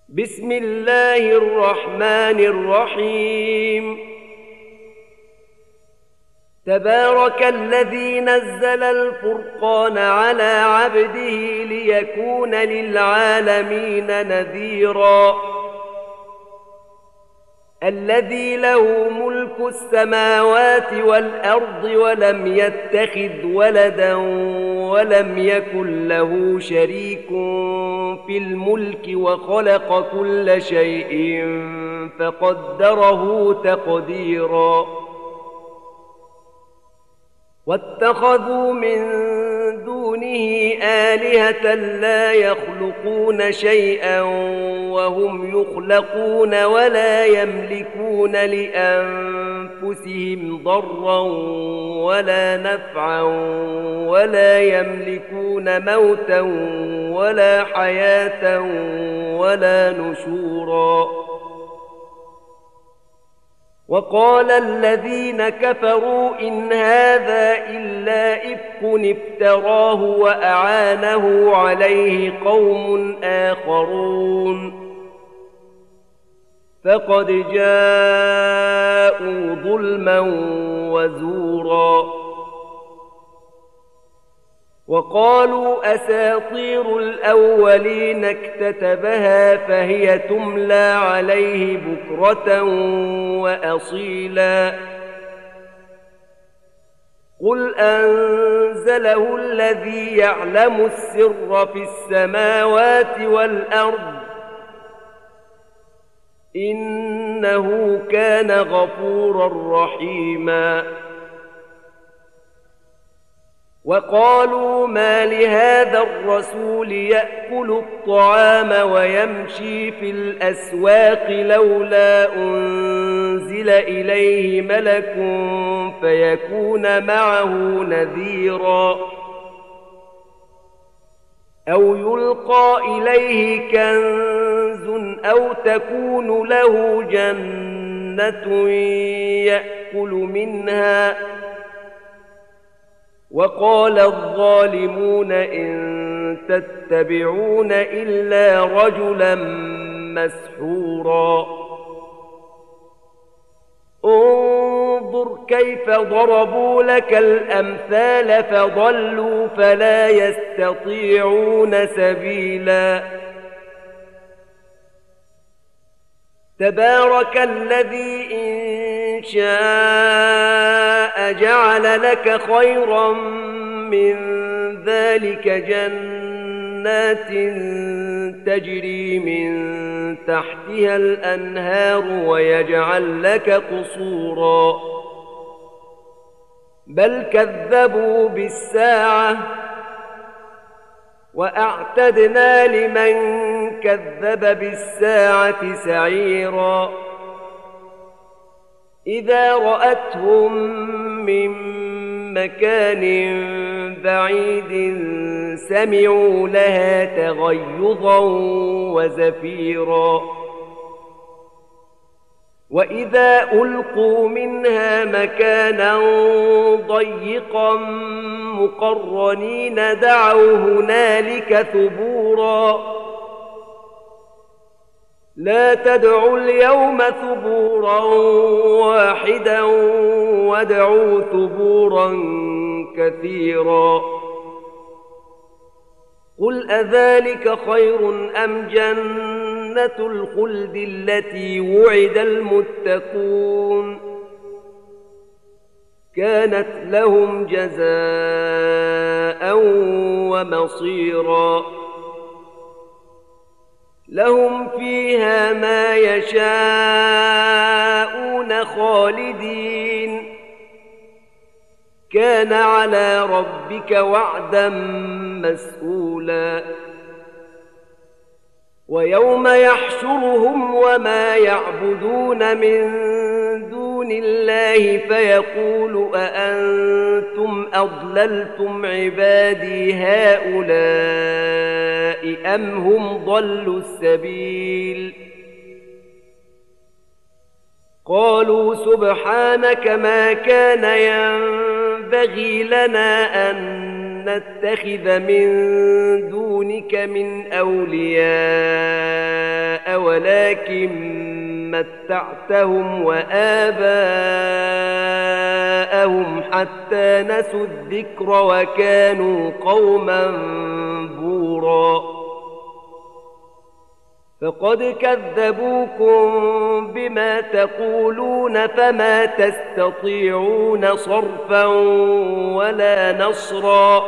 بسم الله الرحمن الرحيم. تبارك الذي نزل الفرقان على عبده ليكون للعالمين نذيرا. الذي له ملك السماوات والأرض ولم يتخذ ولدا ولم يكن له شريك في الملك وخلق كل شيء فقدره تقديرا. واتخذوا من دونه آلهة لا يخلقون شيئا وهم يخلقون ولا يملكون لأنفسهم ضرا ولا نفعا ولا يملكون موتا ولا حياة ولا نشورا. وقال الذين كفروا إن هذا إلا إفك افتراه وأعانه عليه قوم آخرون فقد جاءوا ظلما وزورا. وقالوا أساطير الأولين اكتتبها فهي تملى عليه بكرة وأصيلا. قل أنزله الذي يعلم السر في السماوات والأرض إنه كان غفورا رحيما. وقالوا ما لهذا الرسول يأكل الطعام ويمشي في الأسواق لولا أنزل إليه ملك فيكون معه نذيرا أو يلقى إليه كنز أو تكون له جنة يأكل منها. وقال الظالمون إن تتبعون إلا رجلا مسحورا. انظر كيف ضربوا لك الأمثال فضلوا فلا يستطيعون سبيلا. تبارك الذي إن شاء جعل لك خيرا من ذلك جنات تجري من تحتها الأنهار ويجعل لك قصورا بل كذبوا بالساعة وأعتدنا لمن كذب بالساعة سعيرا. إذا رأتهم من مكان بعيد سمعوا لها تغيظا وزفيرا. وإذا ألقوا منها مكانا ضيقا مقرنين دعوا هنالك ثبورا. لا تدعوا اليوم ثبورا واحدا وادعوا ثبورا كثيرا. قل أذلك خير أم جنة الخلد التي وعد المتقون كانت لهم جزاء ومصيرا. لهم فيها ما يشاءون خالدين كان على ربك وعدا مسئولا. ويوم يحشرهم وما يعبدون من دون الله فيقول أأنتم أضللتم عبادي هؤلاء أم هم ضلوا السبيل. قالوا سبحانك ما كان ينبغي لنا أن نتخذ من دونك من أولياء ولكن متعتهم وآباءهم حتى نسوا الذكر وكانوا قوما بورا فقد كذبوكم بما تقولون فما تستطيعون صرفا ولا نصرا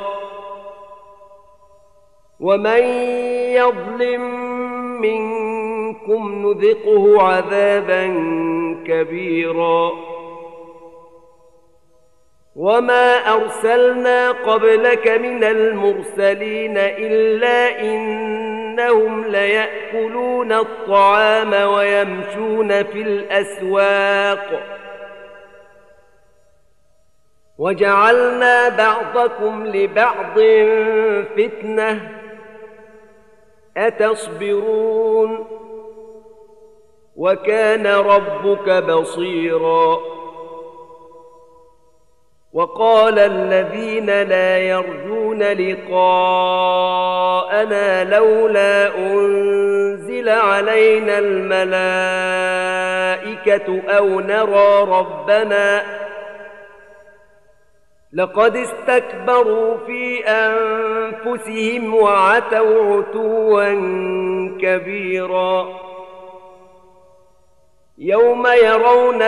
ومن يظلم منكم نذقه عذابا كبيرا وما أرسلنا قبلك من المرسلين إلا إنهم ليأكلون الطعام ويمشون في الأسواق وجعلنا بعضكم لبعض فتنة أتصبرون وكان ربك بصيرا وقال الذين لا يرجون لقاءنا لولا أنزل علينا الملائكة أو نرى ربنا لقد استكبروا في أنفسهم وعتوا عتوا كبيرا يوم يرون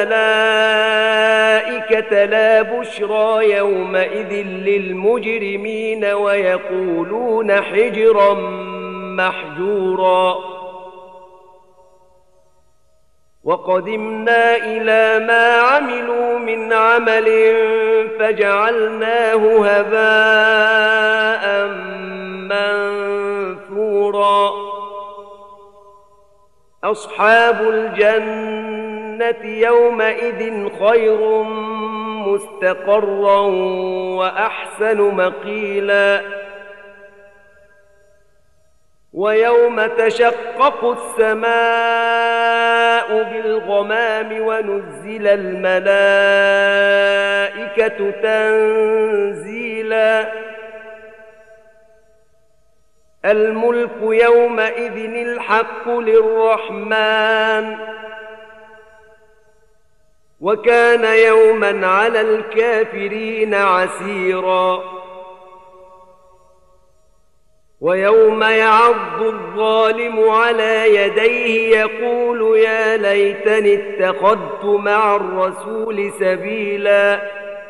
الملائكة لا بشرى يومئذ للمجرمين ويقولون حجرا محجورا وقدمنا إلى ما عملوا من عمل فجعلناه هباء منثورا أصحاب الجنة يومئذ خير مستقرا وأحسن مقيلا ويوم تشقق السماء بالغمام ونزل الملائكة تنزيلا الملك يومئذ الحق للرحمن وكان يوما على الكافرين عسيرا ويوم يعض الظالم على يديه يقول يا ليتني اتخذت مع الرسول سبيلا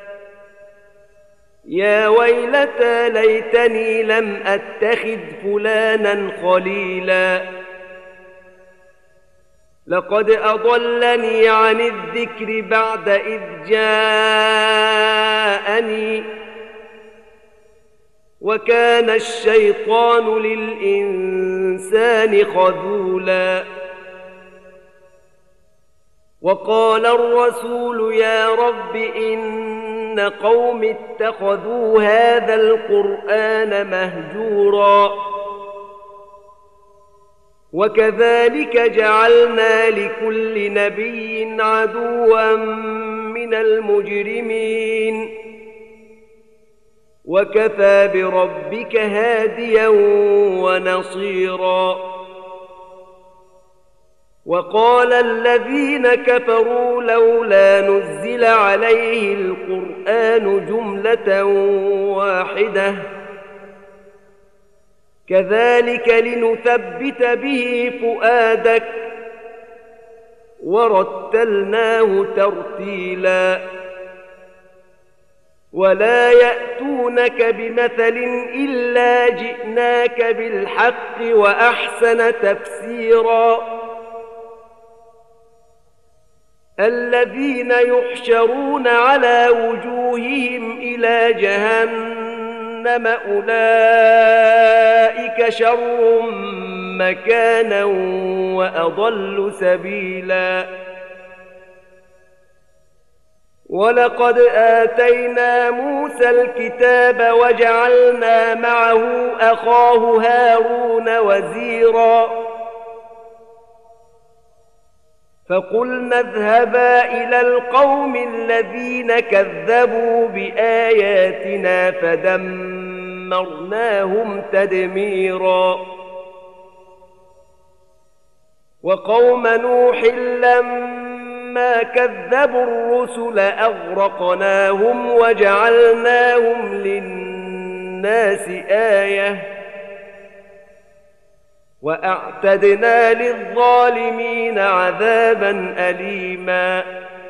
يا ويلتى ليتني لم أتخذ فلانا خليلا لقد أضلني عن الذكر بعد إذ جاءني وكان الشيطان للإنسان خذولا وقال الرسول يا رب إن قوم اتخذوا هذا القرآن مهجورا وكذلك جعلنا لكل نبي عدوا من المجرمين وكفى بربك هاديا ونصيرا وقال الذين كفروا لولا نزل عليه القرآن جملة واحدة كذلك لنثبت به فؤادك ورتلناه ترتيلا ولا يأتونك بمثل إلا جئناك بالحق وأحسن تفسيرا الذين يحشرون على وجوههم إلى جهنم أولئك شر مكانا وأضل سبيلا ولقد آتينا موسى الكتاب وجعلنا معه أخاه هارون وزيرا فقلنا اذهبا إلى القوم الذين كذبوا بآياتنا فدمرناهم تدميرا وقوم نوح لما كذبوا الرسل أغرقناهم وجعلناهم للناس آية وأعتدنا للظالمين عذابا أليما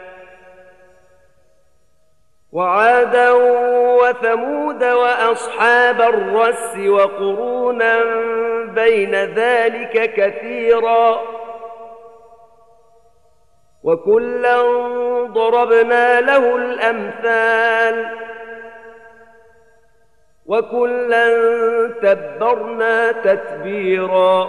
وعادا وثمود وأصحاب الرس وقرونا بين ذلك كثيرا وكلا ضربنا له الأمثال وكلا تبرنا تتبيرا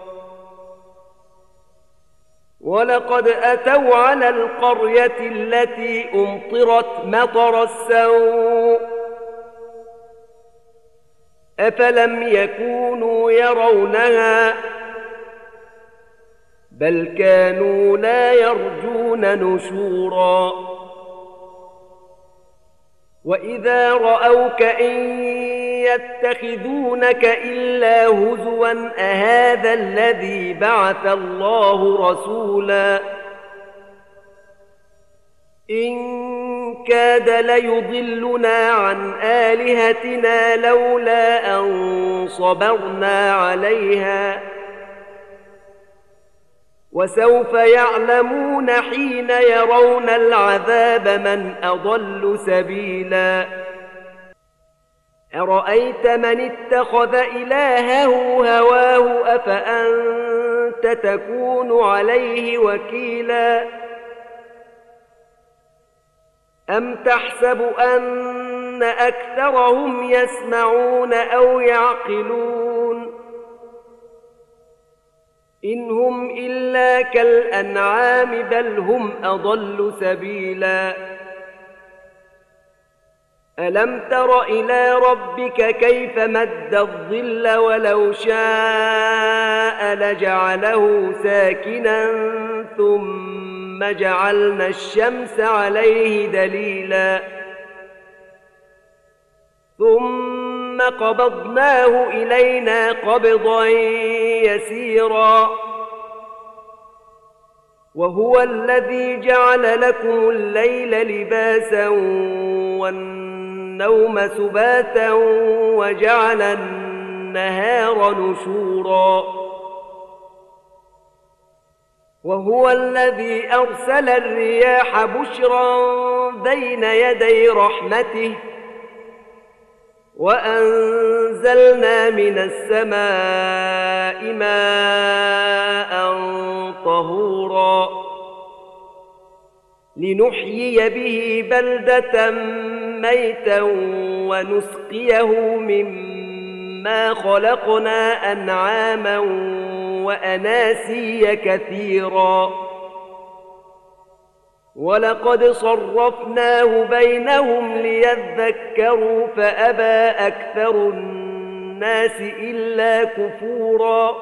ولقد أتوا على القرية التي أمطرت مطر السوء أفلم يكونوا يرونها بل كانوا لا يرجون نشورا وإذا رأوك إن يتخذونك إلا هزوا أهذا الذي بعث الله رسولا إن كاد ليضلنا عن آلهتنا لولا أن صبرنا عليها وسوف يعلمون حين يرون العذاب من أضل سبيلا أرأيت من اتخذ إلهه هواه أفأنت تكون عليه وكيلا أم تحسب أن أكثرهم يسمعون أو يعقلون إن هم إلا كالأنعام بل هم أضل سبيلا ألم تر إلى ربك كيف مد الظل ولو شاء لجعله ساكنا ثم جعلنا الشمس عليه دليلا ثم قبضناه إلينا قبضا يسيرا وهو الذي جعل لكم الليل لباسا والنوم سباتا وجعل النهار نشورا وهو الذي أرسل الرياح بشرا بين يدي رحمته وأنزلنا من السماء ماء طهورا لنحيي به بلدة ميتا ونسقيه مما خلقنا أنعاما وأناسيا كثيرا ولقد صرفناه بينهم ليذكروا فأبى أكثر الناس إلا كفورا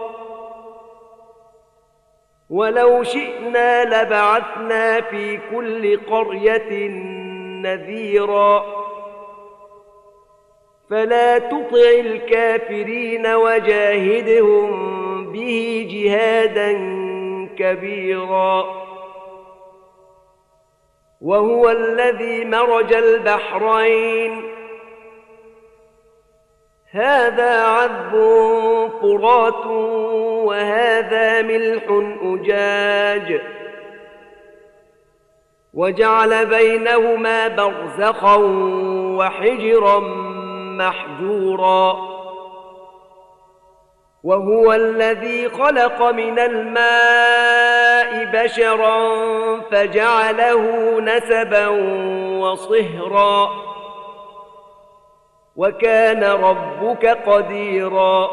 ولو شئنا لبعثنا في كل قرية نذيرا فلا تطع الكافرين وجاهدهم به جهادا كبيرا وهو الذي مرج البحرين هذا عذب فرات وهذا ملح أجاج وجعل بينهما برزخا وحجرا محجورا وهو الذي خلق من الماء بشرا فجعله نسبا وصهرا وكان ربك قديرا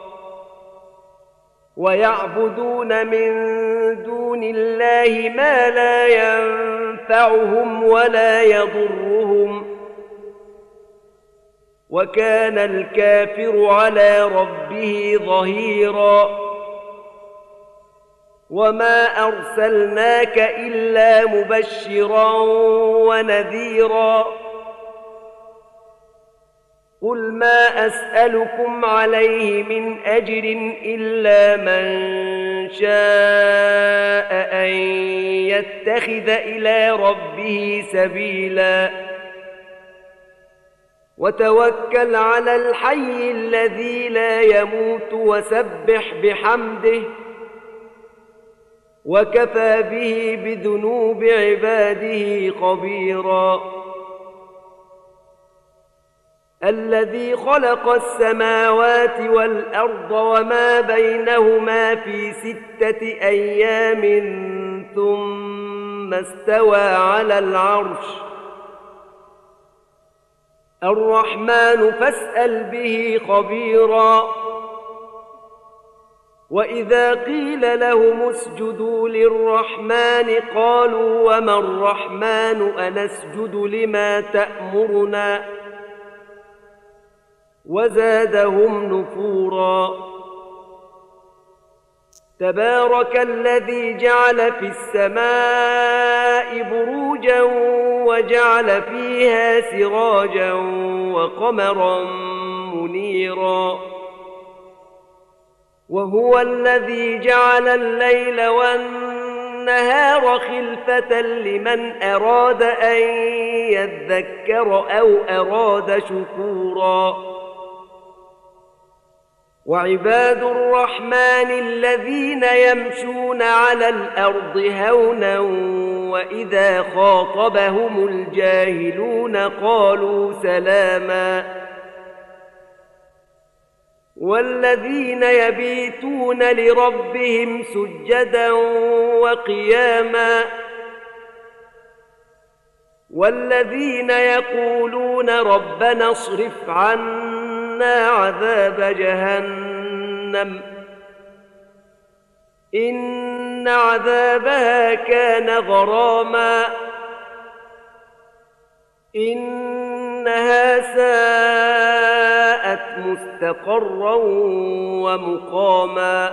ويعبدون من دون الله ما لا ينفعهم ولا يضرهم وكان الكافر على ربه ظهيرا وما أرسلناك إلا مبشرا ونذيرا قل ما أسألكم عليه من أجر إلا من شاء أن يتخذ إلى ربه سبيلا وتوكل على الحي الذي لا يموت وسبح بحمده وكفى به بذنوب عباده خبيرا الذي خلق السماوات والأرض وما بينهما في 6 أيام ثم استوى على العرش الرحمن فاسأل به خبيرا وإذا قيل لهم اسجدوا للرحمن قالوا وما الرحمن أنسجد لما تأمرنا وزادهم نفورا تبارك الذي جعل في السماء بروجا وجعل فيها سراجا وقمرا منيرا وهو الذي جعل الليل والنهار خلفة لمن أراد أن يذكر أو أراد شكورا وعباد الرحمن الذين يمشون على الأرض هونا وإذا خاطبهم الجاهلون قالوا سلاما والذين يبيتون لربهم سجدا وقياما والذين يقولون ربنا اصرف عنا عذاب جهنم إن عذابها كان غراما إنها ساءت مستقرا ومقاما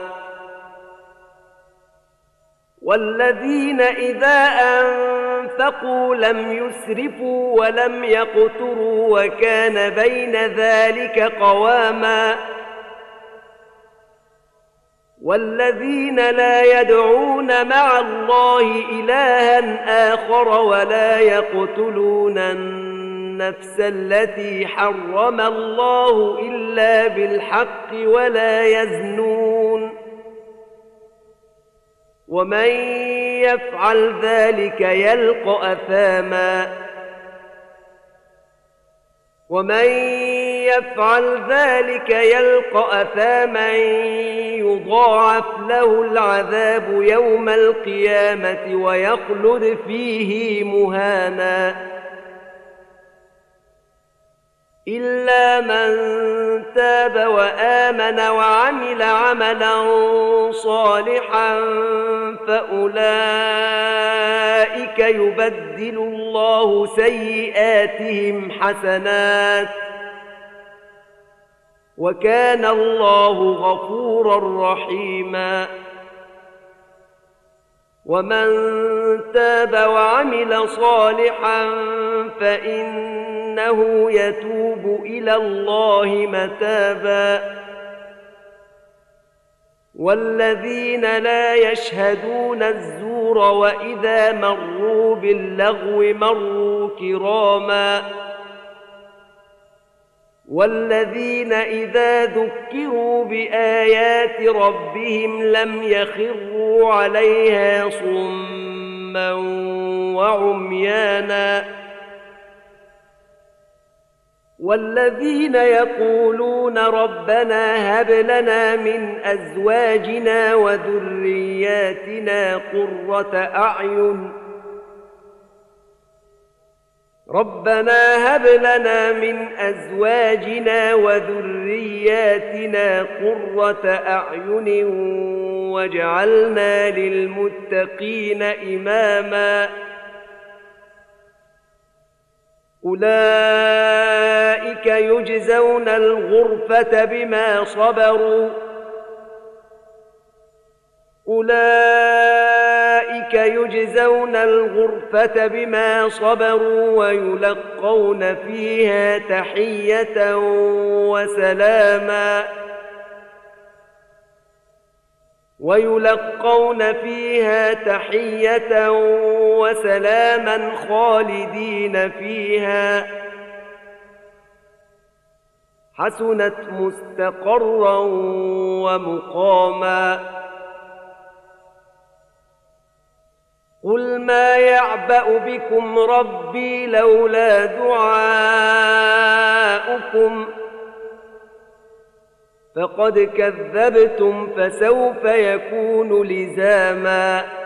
والذين إذا أنفقوا لم يسرفوا ولم يقتروا وكان بين ذلك قواما والذين لا يدعون مع الله إلها آخر ولا يقتلون النفس التي حرم الله إلا بالحق ولا يزنون ومن يفعل ذلك يلقى أثاما يضاعف له العذاب يوم القيامة ويخلد فيه مهانا إلا من تاب وآمن وعمل عملا صالحا فأولئك يبدل الله سيئاتهم حسنات وكان الله غفورا رحيما ومن تاب وعمل صالحا فإنه يتوب إلى الله متابا والذين لا يشهدون الزور وإذا مروا باللغو مروا كراما والذين إذا ذكروا بآيات ربهم لم يخروا عليها صما وعميانا والذين يقولون ربنا هب لنا من أزواجنا وذرياتنا قرة أعين واجعلنا للمتقين إماما أولئك يجزون الغرفة بما صبروا ويلقون فيها تحية وسلاما ويلقون فيها تحية وسلاما خالدين فيها حسنت مستقرا ومقاما قل ما يعبأ بكم ربي لولا دعاؤكم فقد كذبتم فسوف يكون لزاما